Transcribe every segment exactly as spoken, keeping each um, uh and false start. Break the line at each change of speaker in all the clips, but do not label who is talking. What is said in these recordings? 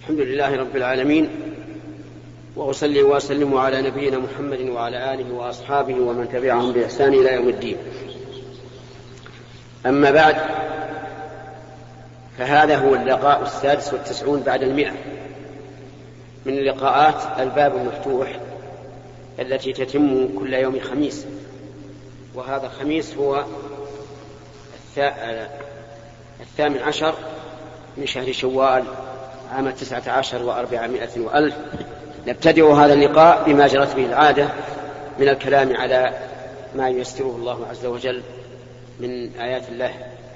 الحمد لله رب العالمين، وأصلي وأسلم على نبينا محمد وعلى آله وأصحابه ومن تبعهم بإحسان إلى يوم الدين. أما بعد، فهذا هو اللقاء السادس والتسعون بعد المئة من اللقاءات الباب المفتوح التي تتم كل يوم خميس، وهذا الخميس هو الثامن عشر من شهر شوال عام تسعة عشر وأربعمائة وألف. نبتدئ هذا اللقاء بما جرت به العادة من الكلام على ما ييسره الله عز وجل من آيات الله.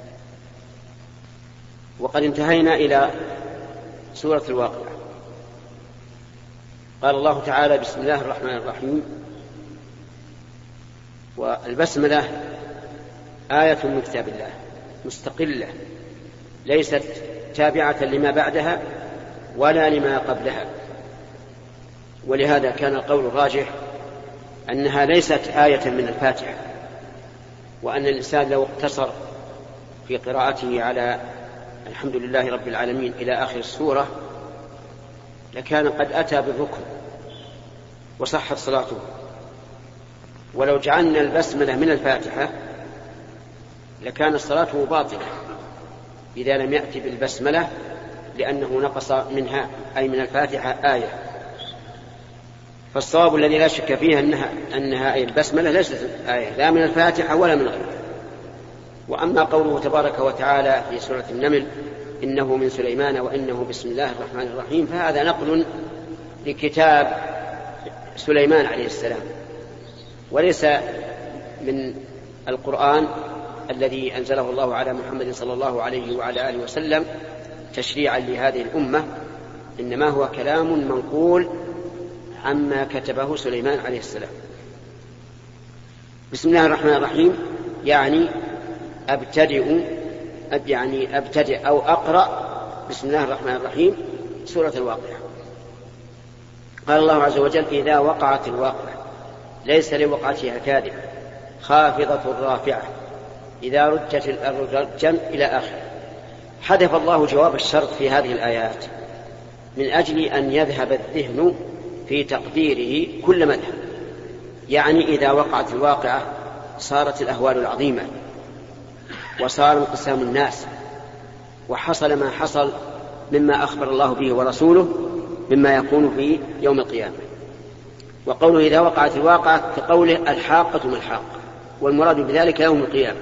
وقد انتهينا إلى سورة الواقعة. قال الله تعالى: بسم الله الرحمن الرحيم. والبسملة آية من كتاب الله مستقلة، ليست تابعة لما بعدها ولا لما قبلها، ولهذا كان القول الراجح أنها ليست آية من الفاتحة، وأن الإنسان لو اقتصر في قراءته على الحمد لله رب العالمين إلى آخر السورة لكان قد أتى بالركن وصحت صلاته. ولو جعلنا البسملة من الفاتحة لكان صلاته باطلة إذا لم يأتي بالبسملة، لأنه نقص منها أي من الفاتحة آية. فالصواب الذي لا شك فيه أنها, أنها أي البسملة ليست آية لا من الفاتحة ولا من غيرها. وأما قوله تبارك وتعالى في سورة النمل: إنه من سليمان وإنه بسم الله الرحمن الرحيم، فهذا نقل لكتاب سليمان عليه السلام، وليس من القرآن الذي أنزله الله على محمد صلى الله عليه وعلى آله وسلم تشريعا لهذه الأمة، إنما هو كلام منقول عما كتبه سليمان عليه السلام. بسم الله الرحمن الرحيم يعني أبتدئ يعني أبتدئ أو أقرأ بسم الله الرحمن الرحيم سورة الواقعة. قال الله عز وجل: إذا وقعت الواقعة ليس لوقعتها كاذبة خافضة رافعة إذا رجت الأرض رجا إلى آخره. حذف الله جواب الشرط في هذه الآيات من أجل أن يذهب الذهن في تقديره كل مذهب، يعني إذا وقعت الواقعة صارت الأهوال العظيمة وصار انقسام الناس وحصل ما حصل مما أخبر الله به ورسوله مما يكون في يوم القيامة. وقوله إذا وقعت الواقعة كقوله الحاقة ما الحاقة، والمراد بذلك يوم القيامة.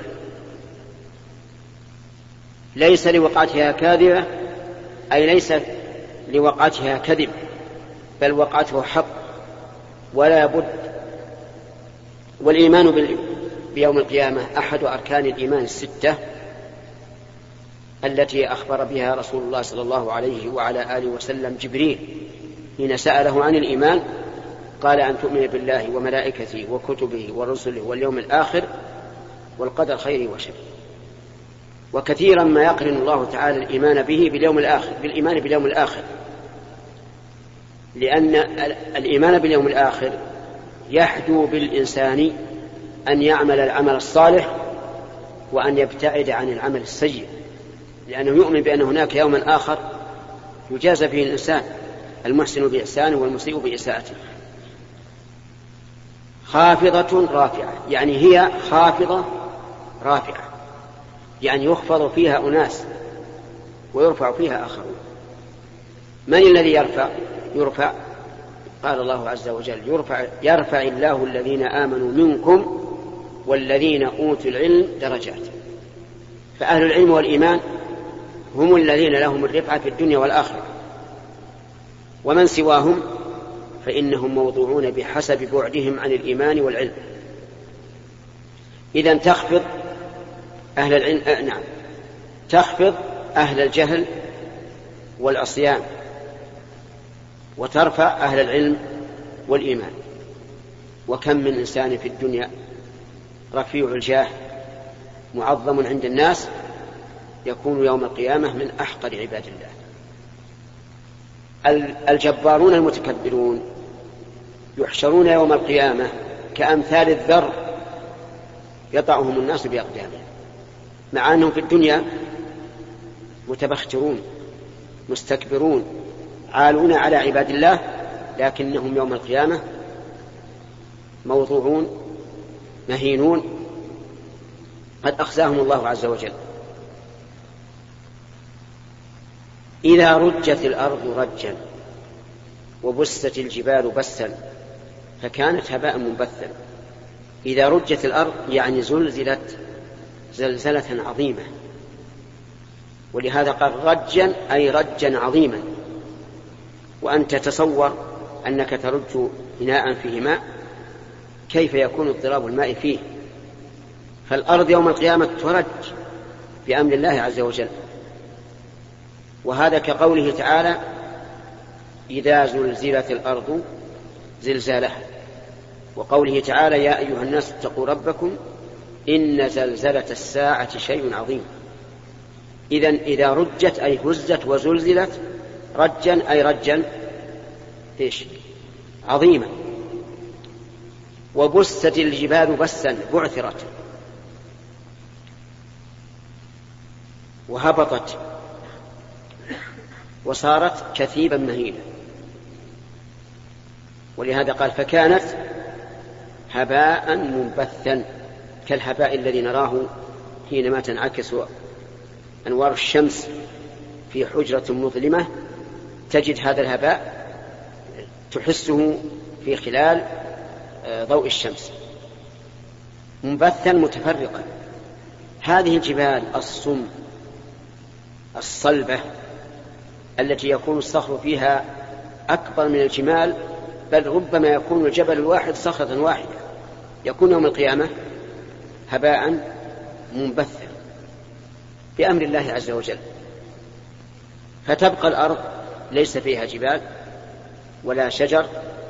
ليس لوقعتها كاذبة أي ليس لوقعتها كذب، بل وقعته حق ولا بد. والإيمان بيوم القيامة أحد أركان الإيمان الستة التي أخبر بها رسول الله صلى الله عليه وعلى آله وسلم جبريل حين سأله عن الإيمان، قال: أن تؤمن بالله وملائكته وكتبه ورسله واليوم الآخر والقدر خيره وشره. وكثيرا ما يقرن الله تعالى الإيمان به باليوم الآخر بالإيمان باليوم الآخر، لأن الإيمان باليوم الآخر يحدو بالإنسان أن يعمل العمل الصالح وأن يبتعد عن العمل السيء، لأنه يؤمن بأن هناك يوما آخر يجازى فيه الإنسان المحسن بإحسانه والمسيء بإساءته. خافضة رافعة يعني هي خافضة رافعة، يعني يخفض فيها أناس ويرفع فيها آخرون. من الذي يرفع؟ يرفع قال الله عز وجل: يرفع, يرفع الله الذين آمنوا منكم والذين أوتوا العلم درجات. فأهل العلم والإيمان هم الذين لهم الرفعة في الدنيا والآخرة، ومن سواهم فإنهم موضوعون بحسب بعدهم عن الإيمان والعلم. إذن تخفض أهل العلم آه نعم تخفض أهل الجهل والعصيان، وترفع أهل العلم والإيمان. وكم من إنسان في الدنيا رفيع الجاه معظم عند الناس يكون يوم القيامة من أحقر عباد الله. الجبارون المتكبرون يحشرون يوم القيامة كأمثال الذر يطعهم الناس بأقدامهم، مع أنهم في الدنيا متبخترون مستكبرون عالون على عباد الله، لكنهم يوم القيامة موضوعون مهينون قد أخزاهم الله عز وجل. إذا رجت الأرض رجا وبست الجبال بسا فكانت هباء منبثا. إذا رجت الأرض يعني زلزلت زلزلة عظيمة، ولهذا قال رجا أي رجا عظيما. وأنت تصور أنك ترج إناء فيه ماء، كيف يكون اضطراب الماء فيه؟ فالأرض يوم القيامة ترج بأمر الله عز وجل. وهذا كقوله تعالى إذا زلزلت الأرض زلزالها، وقوله تعالى يا أيها الناس اتقوا ربكم إن زلزلة الساعة شيء عظيم. إذن إذا رجت أي هزت وزلزلت، رجا أي رجا إيش عظيما. وبست الجبال بسا بعثرت وهبطت وصارت كثيبا مهينا. ولهذا قال فكانت هباء منبثا كالهباء الذي نراه حينما تنعكس أنوار الشمس في حجرة مظلمة، تجد هذا الهباء تحسه في خلال ضوء الشمس منبثا متفرقا. هذه الجبال الصم الصلبة التي يكون الصخر فيها أكبر من الجمال، بل ربما يكون الجبل الواحد صخرة واحدة، يكون يوم القيامة هباء منبثا بأمر الله عز وجل. فتبقى الأرض ليس فيها جبال ولا شجر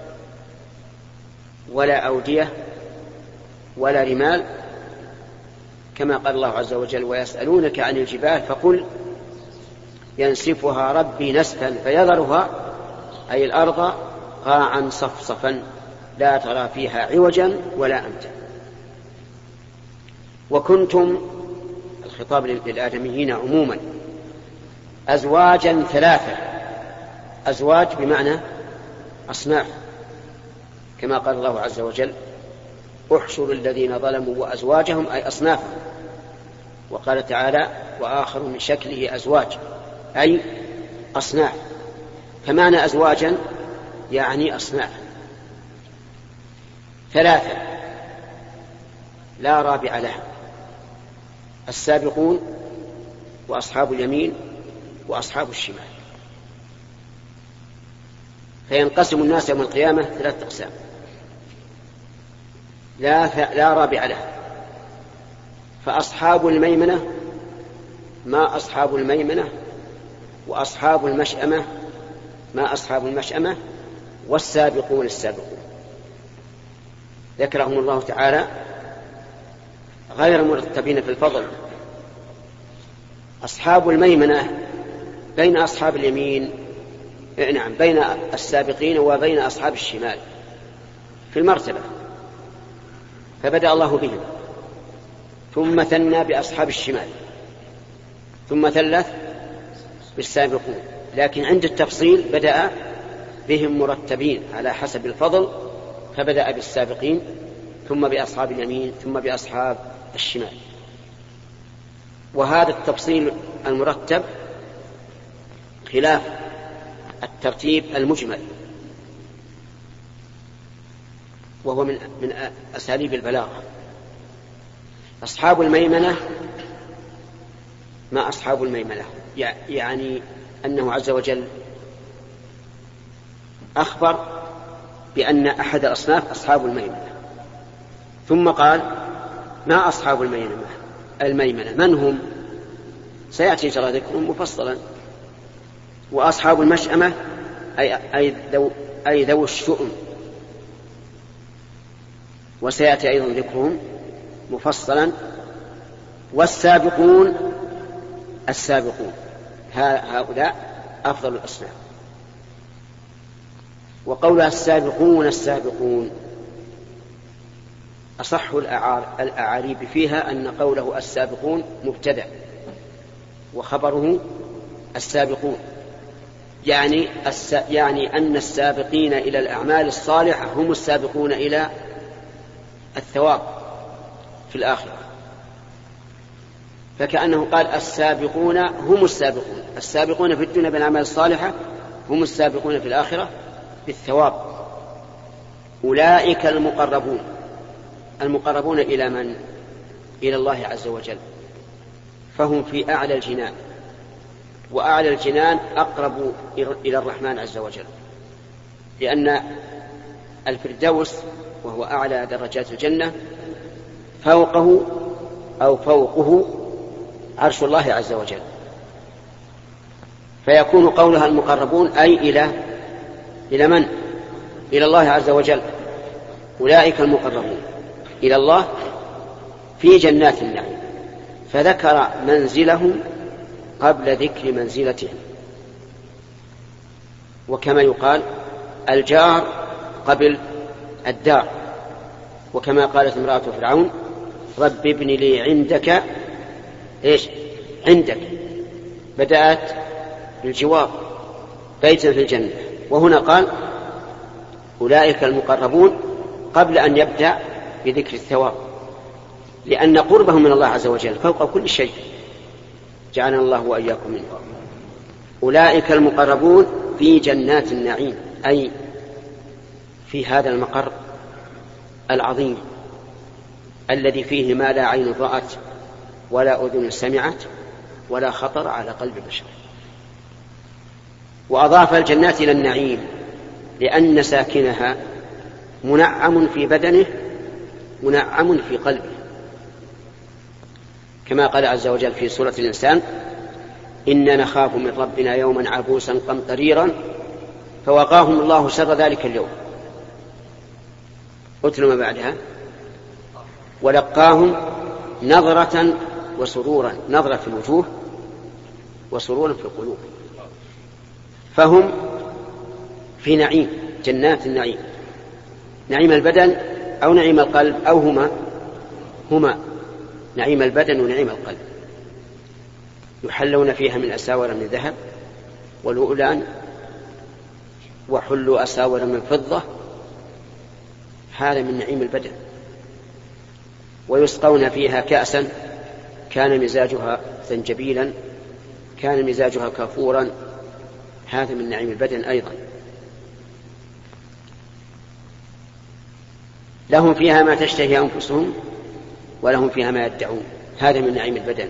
ولا أودية ولا رمال، كما قال الله عز وجل ويسألونك عن الجبال فقل ينسفها ربي نسفا فيذرها أي الأرض قاعا صفصفا لا ترى فيها عوجا ولا أمتا. وكنتم الخطاب للآدميين عموما أزواجا ثلاثة، أزواج بمعنى أصناف، كما قال الله عز وجل احشروا الذين ظلموا وأزواجهم أي أصنافهم. وقال تعالى وآخر من شكله أزواج أي أصناف. فمعنى أزواجا يعني أصناف ثلاثة لا رابع لها، السابقون وأصحاب اليمين وأصحاب الشمال. فينقسم الناس يوم القيامة ثلاثة أقسام لا, لا رابع لها. فأصحاب الميمنة ما أصحاب الميمنة، وأصحاب المشأمة ما أصحاب المشأمة، والسابقون السابقون. ذكرهم الله تعالى غير مرتبين في الفضل. أصحاب الميمنة بين أصحاب اليمين، نعم بين السابقين وبين أصحاب الشمال في المرتبة، فبدأ الله بهم ثم ثنى بأصحاب الشمال ثم ثلث بالسابقون. لكن عند التفصيل بدأ بهم مرتبين على حسب الفضل، فبدأ بالسابقين ثم بأصحاب اليمين ثم بأصحاب الشمال. وهذا التفصيل المرتب خلاف الترتيب المجمل، وهو من من أساليب البلاغة. أصحاب الميمنة ما أصحاب الميمنة، يعني أنه عز وجل أخبر بأن أحد الأصناف أصحاب الميمنة، ثم قال ما أصحاب الميمنة الميمنة من هم؟ سيأتي إن ذكرهم مفصلا. وأصحاب المشأمة أي, أي, ذو أي ذو الشؤم، وسيأتي أيضا ذكرهم مفصلا. والسابقون السابقون هؤلاء أفضل الأصناف. وقولها السابقون السابقون أصح الأعاريب فيها أن قوله السابقون مبتدأ وخبره السابقون، يعني, الس... يعني أن السابقين إلى الأعمال الصالحة هم السابقون إلى الثواب في الآخرة. فكأنه قال السابقون هم السابقون، السابقون في الدنيا بالأعمال الصالحة هم السابقون في الآخرة بالثواب. أولئك المقربون، المقربون إلى من؟ إلى الله عز وجل، فهم في أعلى الجنان، وأعلى الجنان أقرب إلى الرحمن عز وجل، لأن الفردوس وهو أعلى درجات الجنة فوقه أو فوقه عرش الله عز وجل، فيكون قولها المقربون أي إلى إلى من؟ إلى الله عز وجل. أولئك المقربون إلى الله في جنات النعيم، فذكر منزلهم قبل ذكر منزلتهم. وكما يقال الجار قبل الدار، وكما قالت امرأة فرعون رب ابن لي عندك إيش؟ عندك، بدأت بالجوار بيتا في الجنة، وهنا قال أولئك المقربون قبل أن يبدأ بذكر الثواب، لأن قربهم من الله عز وجل فوق كل شيء، جعلنا الله وإياكم منه. أولئك المقربون في جنات النعيم، أي في هذا المقر العظيم الذي فيه ما لا عين رأت ولا أذن سمعت ولا خطر على قلب بشر. وأضاف الجنات إلى النعيم لأن ساكنها منعم في بدنه منعم في قلبه، كما قال عز وجل في سورة الإنسان إنا نخاف من ربنا يوما عبوسا قمطريرا فوقاهم الله شر ذلك اليوم. أتل ما بعدها ولقاهم نظرة وسرورا، نظرة في الوجوه وسرورا في القلوب، فهم في نعيم، جنات النعيم، نعيم البدن أو نعيم القلب أو هما هما نعيم البدن ونعيم القلب. يحلون فيها من أساور من ذهب ولؤلؤا وحلوا أساور من فضة، هذا من نعيم البدن. ويسقون فيها كأسا كان مزاجها زنجبيلا كان مزاجها كافورا، هذا من نعيم البدن أيضا. لهم فيها ما تشتهي أنفسهم ولهم فيها ما يدعون، هذا من نعيم البدن،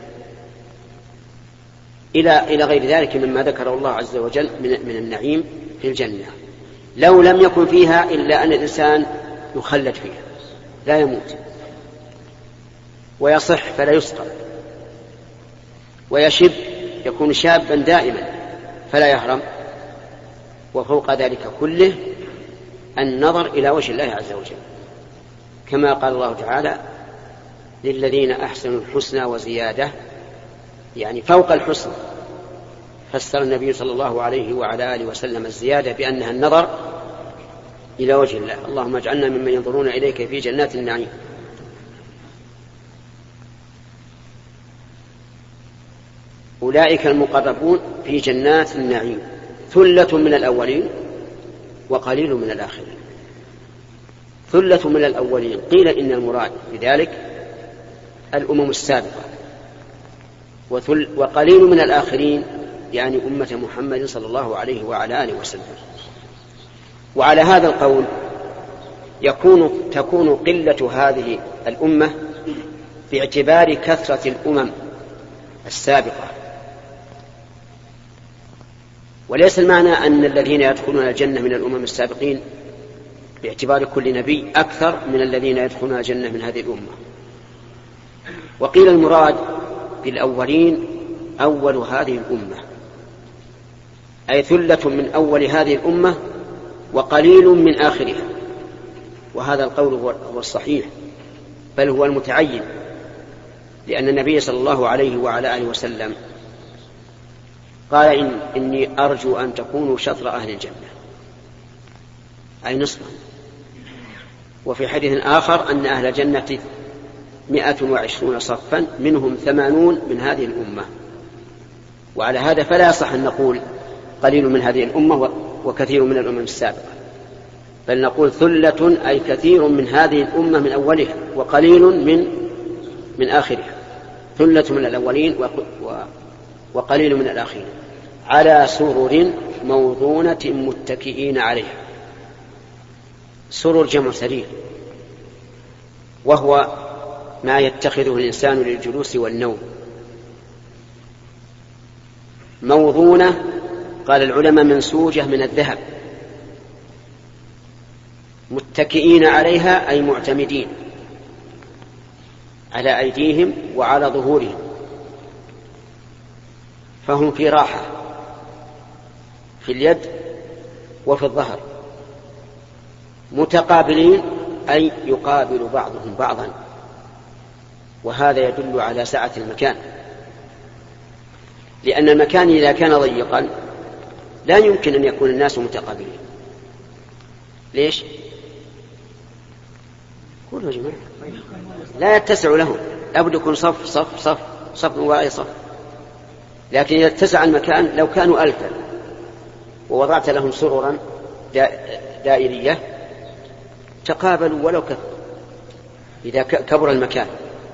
إلى إلى غير ذلك مما ذكر الله عز وجل من من النعيم في الجنة. لو لم يكن فيها إلا أن الإنسان يخلد فيها لا يموت، ويصح فلا يسقط، ويشب يكون شابا دائما فلا يهرم. وفوق ذلك كله النظر إلى وجه الله عز وجل، كما قال الله تعالى للذين أحسنوا الحسنى وزيادة، يعني فوق الحسن. فسر النبي صلى الله عليه وعلى آله وسلم الزيادة بأنها النظر إلى وجه الله. اللهم اجعلنا ممن ينظرون إليك في جنات النعيم. أولئك المقربون في جنات النعيم، ثلة من الأولين وقليل من الآخرين. ثلة من الأولين قيل إن المراد بذلك الأمم السابقة، وقليل من الآخرين يعني أمة محمد صلى الله عليه وعلى آله وسلم. وعلى هذا القول يكون تكون قلة هذه الأمة باعتبار كثرة الأمم السابقة، وليس المعنى أن الذين يدخلون الجنة من الأمم السابقين باعتبار كل نبي أكثر من الذين يدخلون الجنة من هذه الأمة. وقيل المراد بالأولين أول هذه الأمة، أي ثلة من أول هذه الأمة وقليل من آخرها. وهذا القول هو الصحيح، بل هو المتعين، لأن النبي صلى الله عليه وعلى آله وسلم قال إن إني أرجو أن تكونوا شطر أهل الجنة، أي نصفا. وفي حديث آخر أن أهل الجنة مئة وعشرون صفا منهم ثمانون من هذه الأمة. وعلى هذا فلا يصح أن نقول قليل من هذه الأمة وكثير من الأمم السابقة، بل نقول ثلة أي كثير من هذه الأمة من أولها وقليل من من آخرها، ثلة من الأولين وقليل من الآخرين، على سرر موضونة متكئين عليها. سرر جمع سرير، وهو ما يتخذه الإنسان للجلوس والنوم. موضونة قال العلماء منسوجة من الذهب، متكئين عليها أي معتمدين على أيديهم وعلى ظهورهم، فهم في راحة في اليد وفي الظهر، متقابلين أي يقابل بعضهم بعضا، وهذا يدل على سعة المكان، لأن المكان إذا كان ضيقا لا يمكن أن يكون الناس متقابلين. ليش؟ قولوا يا جماعة، لا يتسع لهم، لابد يكون صف صف صف صف وراء صف. لكن إذا اتسع المكان لو كانوا ألفا ووضعت لهم سررا دائرية تقابلوا ولو كثر إذا كبر المكان.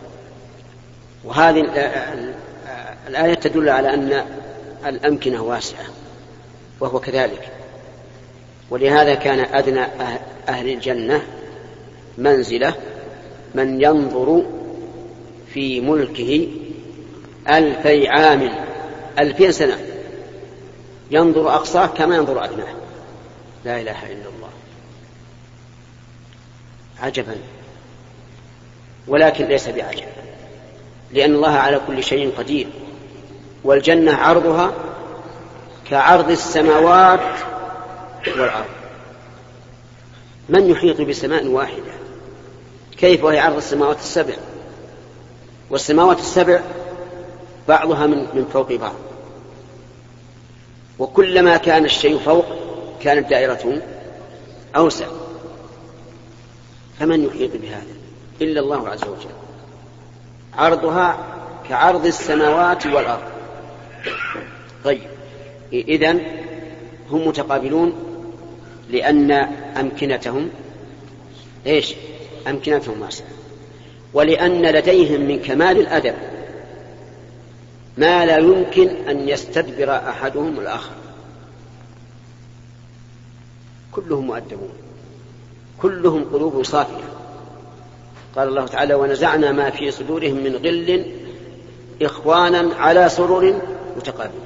وهذه الآية تدل على أن الأمكنة واسعة، وهو كذلك. ولهذا كان أدنى أهل الجنة منزلة من ينظر في ملكه ألفي عام، ألفين سنة، ينظر أقصاه كما ينظر أدناه. لا إله إلا الله، عجبا. ولكن ليس بعجب، لأن الله على كل شيء قدير، والجنة عرضها كعرض السماوات والأرض. من يحيط بسماء واحدة؟ كيف وهي عرض السماوات السبع؟ والسماوات السبع بعضها من, من فوق بعض، وكلما كان الشيء فوق كانت دائرته أوسع. فمن يحيط بهذا إلا الله عز وجل. عرضها كعرض السماوات والأرض. طيب، إذن هم متقابلون لأن أمكنتهم إيش؟ أمكنتهم واسعة، ولأن لديهم من كمال الأدب ما لا يمكن أن يستدبر أحدهم الآخر. كلهم مؤدبون، كلهم قلوب صافية. قال الله تعالى: ونزعنا ما في صدورهم من غل إخوانا على سرر متقابلين.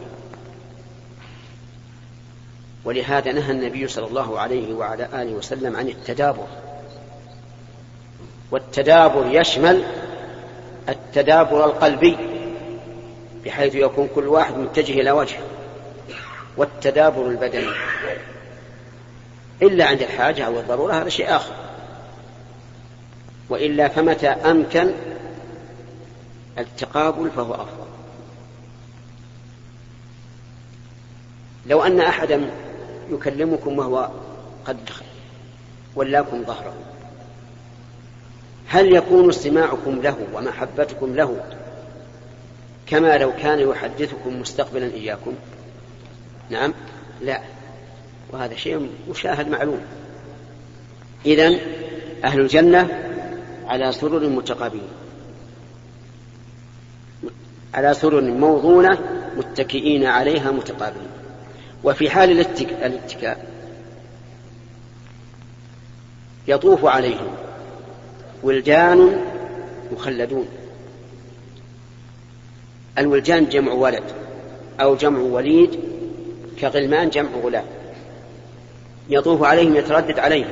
ولهذا نهى النبي صلى الله عليه وعلى آله وسلم عن التدابر. والتدابر يشمل التدابر القلبي بحيث يكون كل واحد متجه إلى وجهه، والتدابر البدني إلا عند الحاجة أو الضرورة، هذا شيء آخر. وإلا فمتى أمكن التقابل فهو أفضل. لو أن أحدا يكلمكم وهو قد ولاكم ظهره، هل يكون استماعكم له ومحبتكم له كما لو كان يحدثكم مستقبلا إياكم؟ نعم، لا. وهذا شيء مشاهد معلوم. إذن أهل الجنة على سرر متقابلين، على سرر موضونة متكئين عليها متقابلين. وفي حال الاتكاء يطوف عليهم ولدان مخلدون. الولدان جمع ولد أو جمع وليد، كغلمان جمع غلام. يطوف عليهم يتردد عليهم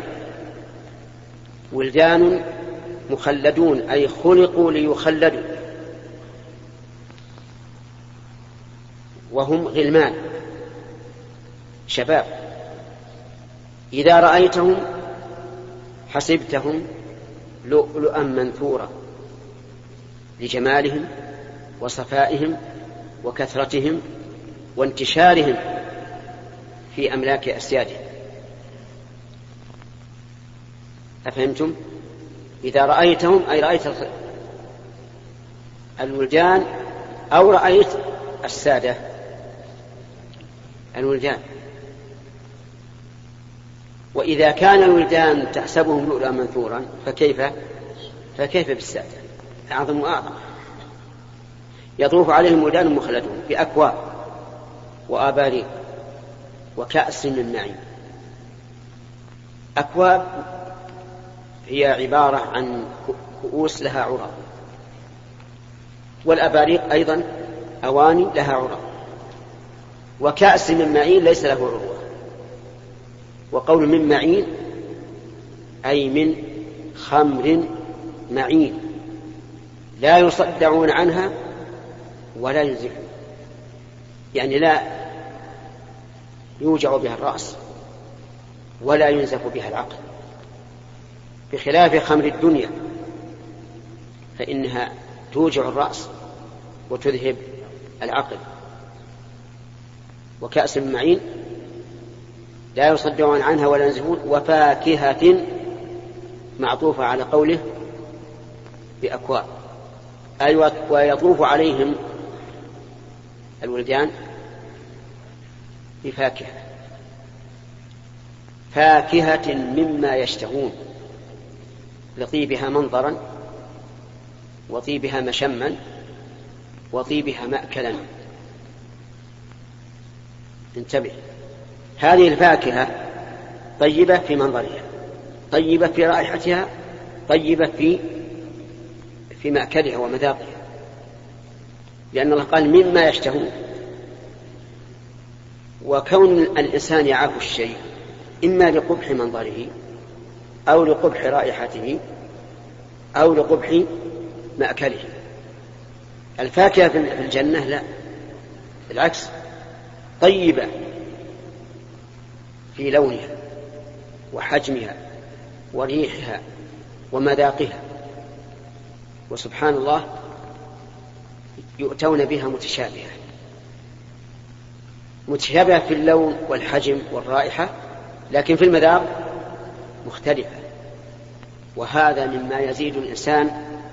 ولدان مخلدون أي خلقوا ليخلدوا، وهم غلمان شباب. إذا رأيتهم حسبتهم لؤلؤا منثورا لجمالهم وصفائهم وكثرتهم وانتشارهم في أملاك أسيادهم. أفهمتم؟ إذا رأيتهم أي رأيت الولدان أو رأيت السادة. الولدان. وإذا كان الولدان تحسبهم لؤلؤا منثورا فكيف فكيف بالسادة أعظم وأعظم. يطوف عليهم ولدان مخلدون بأكواب وآباريق وكأس من معين. أكواب هي عبارة عن كؤوس لها عرى، والأباريق أيضا أواني لها عرى، وكأس من معين ليس له عروة. وقول من معين أي من خمر معين لا يصدعون عنها ولا ينزفون، يعني لا يوجع بها الرأس ولا ينزف بها العقل، بخلاف خمر الدنيا فإنها توجع الرأس وتذهب العقل. وكأس من معين لا يصدعون عنها ولا ينزفون. وفاكهة معطوفة على قوله بأكواب، أي ويطوف عليهم الولدان بفاكهة، فاكهة مما يشتهون، لطيبها منظرا وطيبها مشما وطيبها مأكلا. انتبه، هذه الفاكهة طيبة في منظرها، طيبة في رائحتها، طيبة في في مأكلها ومذاقها، لأن الله قال مما يشتهون. وكون الإنسان يعاف الشيء إما لقبح منظره أو لقبح رائحته أو لقبح مأكله. الفاكهة في الجنة لا، بالعكس طيبة في لونها وحجمها وريحها ومذاقها. وسبحان الله يؤتون بها متشابهة، متشابهة في اللون والحجم والرائحة، لكن في المذاق مختلفة. وهذا مما يزيد الإنسان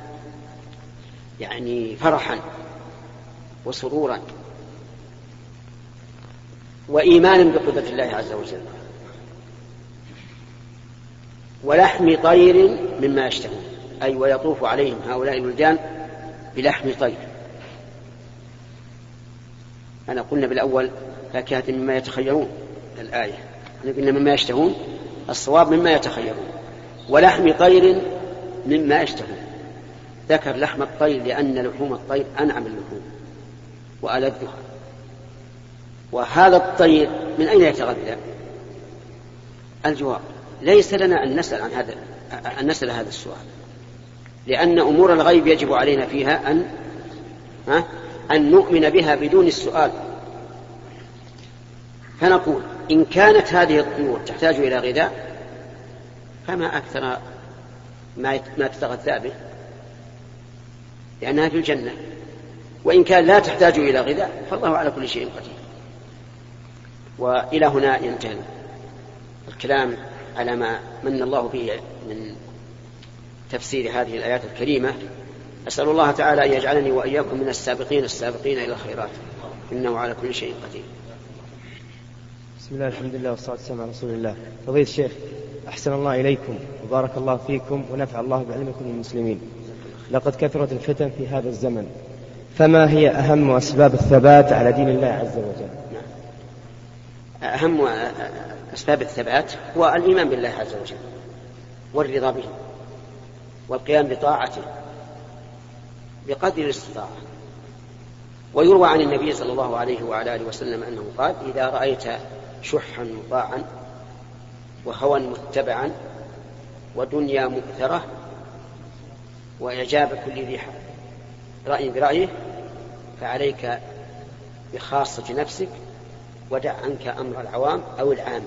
يعني فرحا وسرورا وإيمانا بقدرة الله عز وجل. ولحم طير مما يشتهون، أي ويطوف عليهم هؤلاء الولدان بلحم طير. أنا قلنا بالأول فاكهة مما يتخيرون الآية، قلنا مما يشتهون، الصواب مما يتخيرون. ولحم طير مما يشتهون، ذكر لحم الطير لأن لحوم الطير أنعم اللحوم وألذها. وهذا الطير من أين يتغذى؟ الجواب ليس لنا أن نسأل عن هذا أن نسأل هذا السؤال، لأن أمور الغيب يجب علينا فيها أن ها أن نؤمن بها بدون السؤال. فنقول إن كانت هذه الطيور تحتاج إلى غذاء فما أكثر ما تتغذى به، لأنها في الجنة. وإن كان لا تحتاج إلى غذاء فالله على كل شيء قدير. وإلى هنا ينتهي الكلام على ما من الله به من تفسير هذه الآيات الكريمة. أسأل الله تعالى أن يجعلني وإياكم من السابقين السابقين إلى الخيرات، إنه على كل شيء قدير.
بسم الله، الحمد لله، والصلاة والسلام على رسول الله. فضيلة الشيخ، أحسن الله إليكم وبارك الله فيكم ونفع الله بعلمكم المسلمين. لقد كثرت الفتن في هذا الزمن، فما هي أهم أسباب الثبات على دين الله عز وجل؟
أهم أسباب الثبات هو الإيمان بالله عز وجل والرضا به والقيام بطاعته بقدر الاستطاعة. ويروى عن النبي صلى الله عليه وعلى آله وسلم أنه قال: إذا رأيت شحا مطاعا وهوى متبعا ودنيا مؤثرة وإعجاب كل ذي رأي برأيه فعليك بخاصة نفسك ودع عنك أمر العوام أو العامة.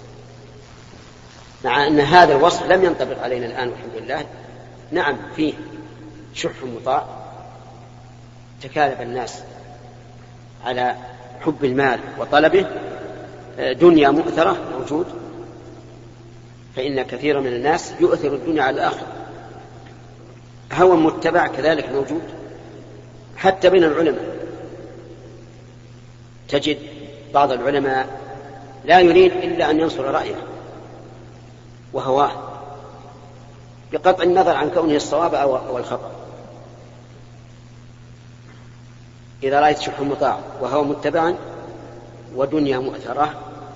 مع أن هذا الوصف لم ينطبق علينا الآن والحمد لله. نعم، فيه شح مطاع، تكالب الناس على حب المال وطلبه، دنيا مؤثرة موجود، فإن كثيرا من الناس يؤثر الدنيا على الآخرة. هوى متبع كذلك موجود، حتى بين العلماء تجد بعض العلماء لا يريد إلا أن ينصر رأيه وهواه بقطع النظر عن كونه الصواب أو الخطأ. إذا رأيت شح مطاع وهو متبعا ودنيا مؤثرة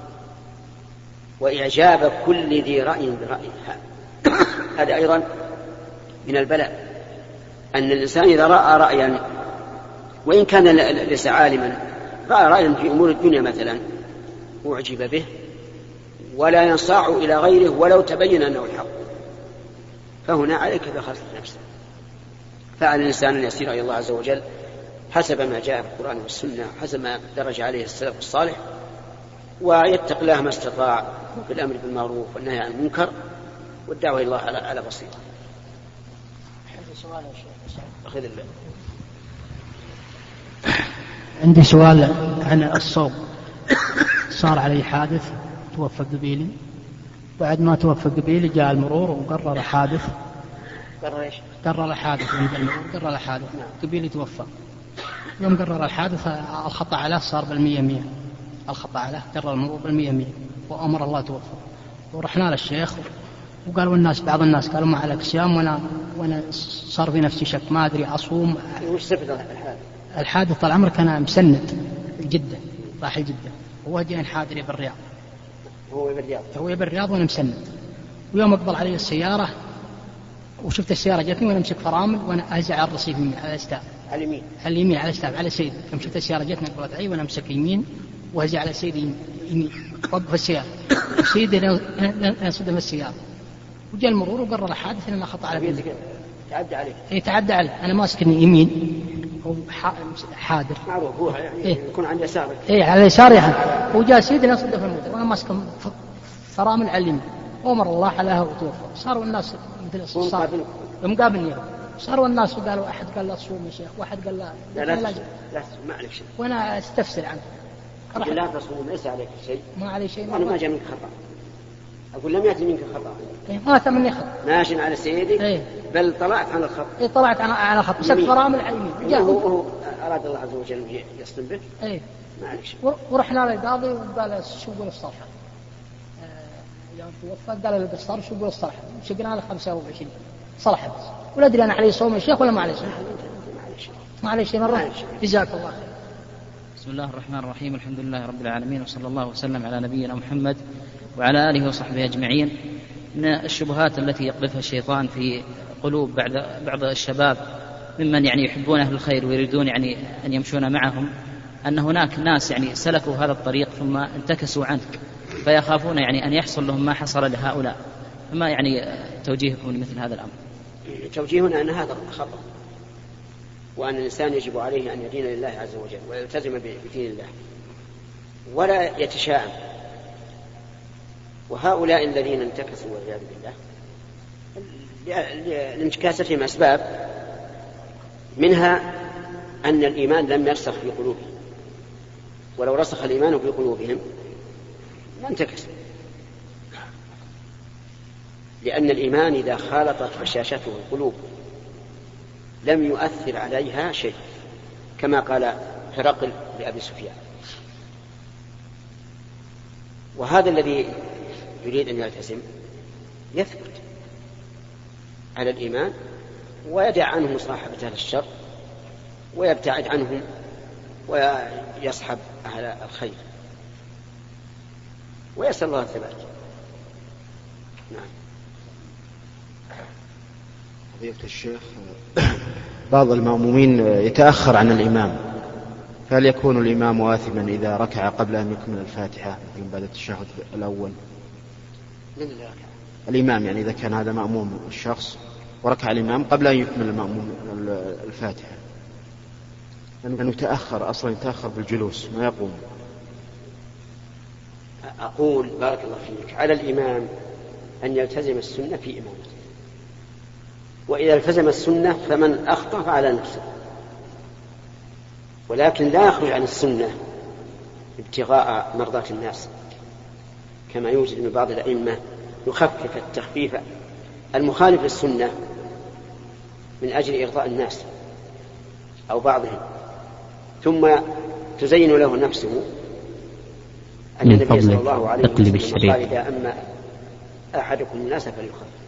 وإعجاب كل ذي رأي برأيه، هذا أيضا من البلاء، أن الإنسان إذا رأى رأيا وإن كان ليس عالما، رأى رأيا في أمور الدنيا مثلا أعجب به ولا ينصاع إلى غيره ولو تبين أنه الحق، فهنا عليك بخاصة نفسه. فعلى الإنسان أن يسير إلى الله عز وجل حسب ما جاء في القرآن والسنة، حسب ما درج عليه السلف الصالح، ويتق الله ما استطاع بالأمر بالمعروف والنهي عن المنكر والدعوة إلى الله على بصيرة. أخذ الله.
عندي سؤال عن الصوم. صار علي حادث توفى قبيلي، بعد ما توفى قبيلي جاء المرور وقرر حادث.
قرر ايش؟
قرر حادث عند المرور، قرر حادث قبيلي توفى. يوم قرر الحادث الخطأ عليه صار بالمية مية، الخطأ عليه قرر المرور بالمية مية وأمر الله توفى. ورحنا للشيخ وقالوا الناس، بعض الناس قالوا ما عليك صيام، وانا وانا صار في نفسي شك ما ادري اصوم.
وش صفة الحادث؟
الحادث طال عمرك انا مسند جدا، راح جدا، هو جاي حادري بالرياض،
هو بالرياض
هو بالرياض وانا مسند. ويوم اقبل علي السياره وشفت السياره جتني وانا امسك فرامل وانا ازع على الرصيف يمين على الاستاف،
على اليمين
على اليمين على الاستاف على سيد. يوم شفت السياره جتني قلت علي وانا امسك يمين وازع على سيد يمين، وقف السياره السيد انا صدم السياره وجاء المرور وقرر الحادث ان خطأ على بيدك.
تعدى عليه.
اي تعدى عليه، انا ماسكني يمين هو حادر
معروف هو يعني إيه؟ يكون عند يسارك.
اي على اليسار يعني، وجاء سيدنا صدف الموت وانا ماسك فرامل على اليمين، امر الله عليها وتوفى. صاروا الناس مثل صار مقابلني، صاروا الناس وقالوا احد قال لا تصوم يا شيخ، واحد قال لا
لا لا, لا, لا ما عليك شيء،
وانا استفسر عنه.
لا تصوم ليس عليك شيء،
ما علي شيء،
وانا ما جاء منك خطأ، أقول لم يأتي منك خطأ.
إيه ما أتى مني خطأ.
ماشي على سيدك.
إيه.
بل طلعت على الخط.
إيه طلعت على الخط. مسك فرامل على اليمين.
هو, هو أراد الله عز وجل يصطم به.
إيه.
ما عليك شيء.
ورحنا للقاضي وقال شو يقول الصرحة. يوم توفى قال للقصار شو يقول الصرحة. شقنا له خمسة وعشرين صرحة بس. ولا أدري أنا عليه صوم يا شيخ ولا ما عليه صوم. ما عليه شيء مرة. جزاك الله خير.
بسم الله الرحمن الرحيم، الحمد لله رب العالمين، وصلى الله وسلم على نبينا محمد وعلى آله وصحبه أجمعين. من الشبهات التي يقذفها الشيطان في قلوب بعض بعض الشباب ممن يعني يحبون أهل الخير ويريدون يعني أن يمشون معهم، أن هناك ناس يعني سلكوا هذا الطريق ثم انتكسوا عنه، فيخافون يعني أن يحصل لهم ما حصل لهؤلاء. فما يعني توجيهكم لمثل هذا الأمر؟
توجيهنا أن هذا خطأ، وأن الإنسان يجب عليه أن يدين لله عز وجل ويلتزم بدين الله ولا يتشاءم. وهؤلاء الذين انتكسوا والعياذ بالله لانتكاستهم أسباب، منها أن الإيمان لم يرسخ في قلوبهم، ولو رسخ الإيمان في قلوبهم لانتكسوا، لأن الإيمان إذا خالطت بشاشته القلوب لم يؤثر عليها شيء، كما قال هرقل لأبي سفيان. وهذا الذي يريد أن يلتزم يثبت على الإيمان ويدع عنه مصاحبة أهل الشر ويبتعد عنهم ويصحب أهل الخير ويسأل الله الثبات. نعم.
فضيلة الشيخ، بعض المأمومين يتأخر عن الإمام، فهل يكون الإمام آثما إذا ركع قبل أن يكمل الفاتحة مثل بعد التشهد الأول؟ الإمام يعني إذا كان هذا مأموم الشخص وركع الإمام قبل أن يكمل المأموم الفاتحة، لأنه يتأخر أصلا، يتأخر بالجلوس ما يقوم.
أقول بارك الله فيك على الإمام أن يلتزم السنة في إمامته، وإذا التزم السنة فمن أخطأ فعلى نفسه، ولكن لا يخرج عن السنة ابتغاء مرضاة الناس، كما يوجد من بعض الأئمة يخفف التخفيف المخالف للسنة من أجل إرضاء الناس أو بعضهم، ثم تزين له نفسه أن النبي صلى الله عليه وسلم قال إذا أما أحدكم الناس فليخفف.